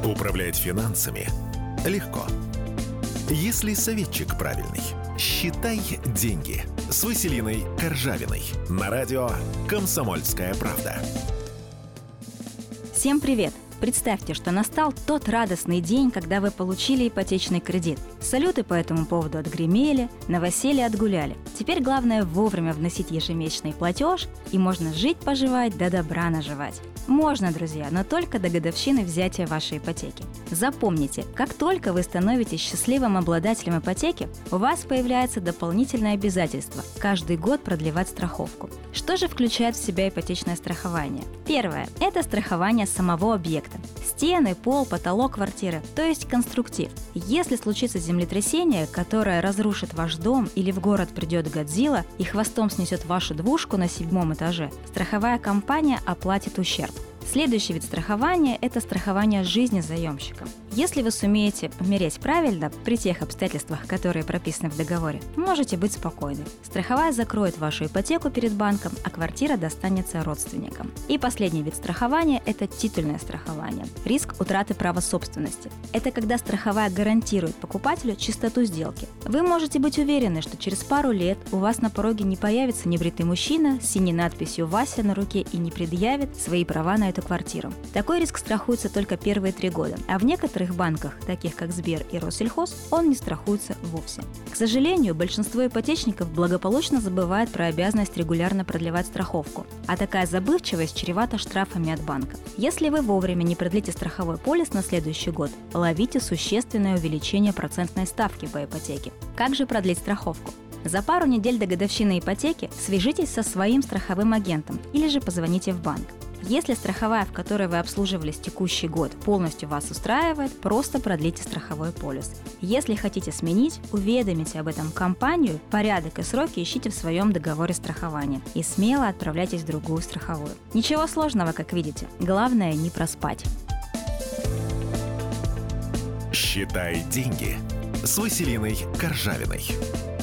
Управлять финансами легко. Если советчик правильный. «Считай деньги» с Василиной Коржавиной на радио «Комсомольская правда». Всем привет! Представьте, что настал тот радостный день, когда вы получили ипотечный кредит. Салюты по этому поводу отгремели, новоселье отгуляли. Теперь главное вовремя вносить ежемесячный платеж, и можно жить-поживать да добра наживать. Можно, друзья, но только до годовщины взятия вашей ипотеки. Запомните, как только вы становитесь счастливым обладателем ипотеки, у вас появляется дополнительное обязательство – каждый год продлевать страховку. Что же включает в себя ипотечное страхование? Первое – это страхование самого объекта. Стены, пол, потолок квартиры, то есть конструктив. Если случится землетрясение, которое разрушит ваш дом, или в город придет Годзилла и хвостом снесет вашу двушку на 7 этаже, страховая компания оплатит ущерб. Следующий вид страхования – это страхование жизни заемщика. Если вы сумеете умереть правильно при тех обстоятельствах, которые прописаны в договоре, можете быть спокойны. Страховая закроет вашу ипотеку перед банком, а квартира достанется родственникам. И последний вид страхования – это титульное страхование. Риск утраты права собственности. Это когда страховая гарантирует покупателю чистоту сделки. Вы можете быть уверены, что через пару лет у вас на пороге не появится небритый мужчина с синей надписью «Вася» на руке и не предъявит свои права на эту квартиру. Такой риск страхуется только первые 3 года, а в некоторых банках, таких как Сбер и Россельхоз, он не страхуется вовсе. К сожалению, большинство ипотечников благополучно забывает про обязанность регулярно продлевать страховку, а такая забывчивость чревата штрафами от банка. Если вы вовремя не продлите страховой полис на следующий год, ловите существенное увеличение процентной ставки по ипотеке. Как же продлить страховку? За пару недель до годовщины ипотеки свяжитесь со своим страховым агентом или же позвоните в банк. Если страховая, в которой вы обслуживались текущий год, полностью вас устраивает, просто продлите страховой полис. Если хотите сменить, уведомите об этом компанию, порядок и сроки ищите в своем договоре страхования и смело отправляйтесь в другую страховую. Ничего сложного, как видите, главное не проспать. «Считай деньги» с Василиной Коржавиной.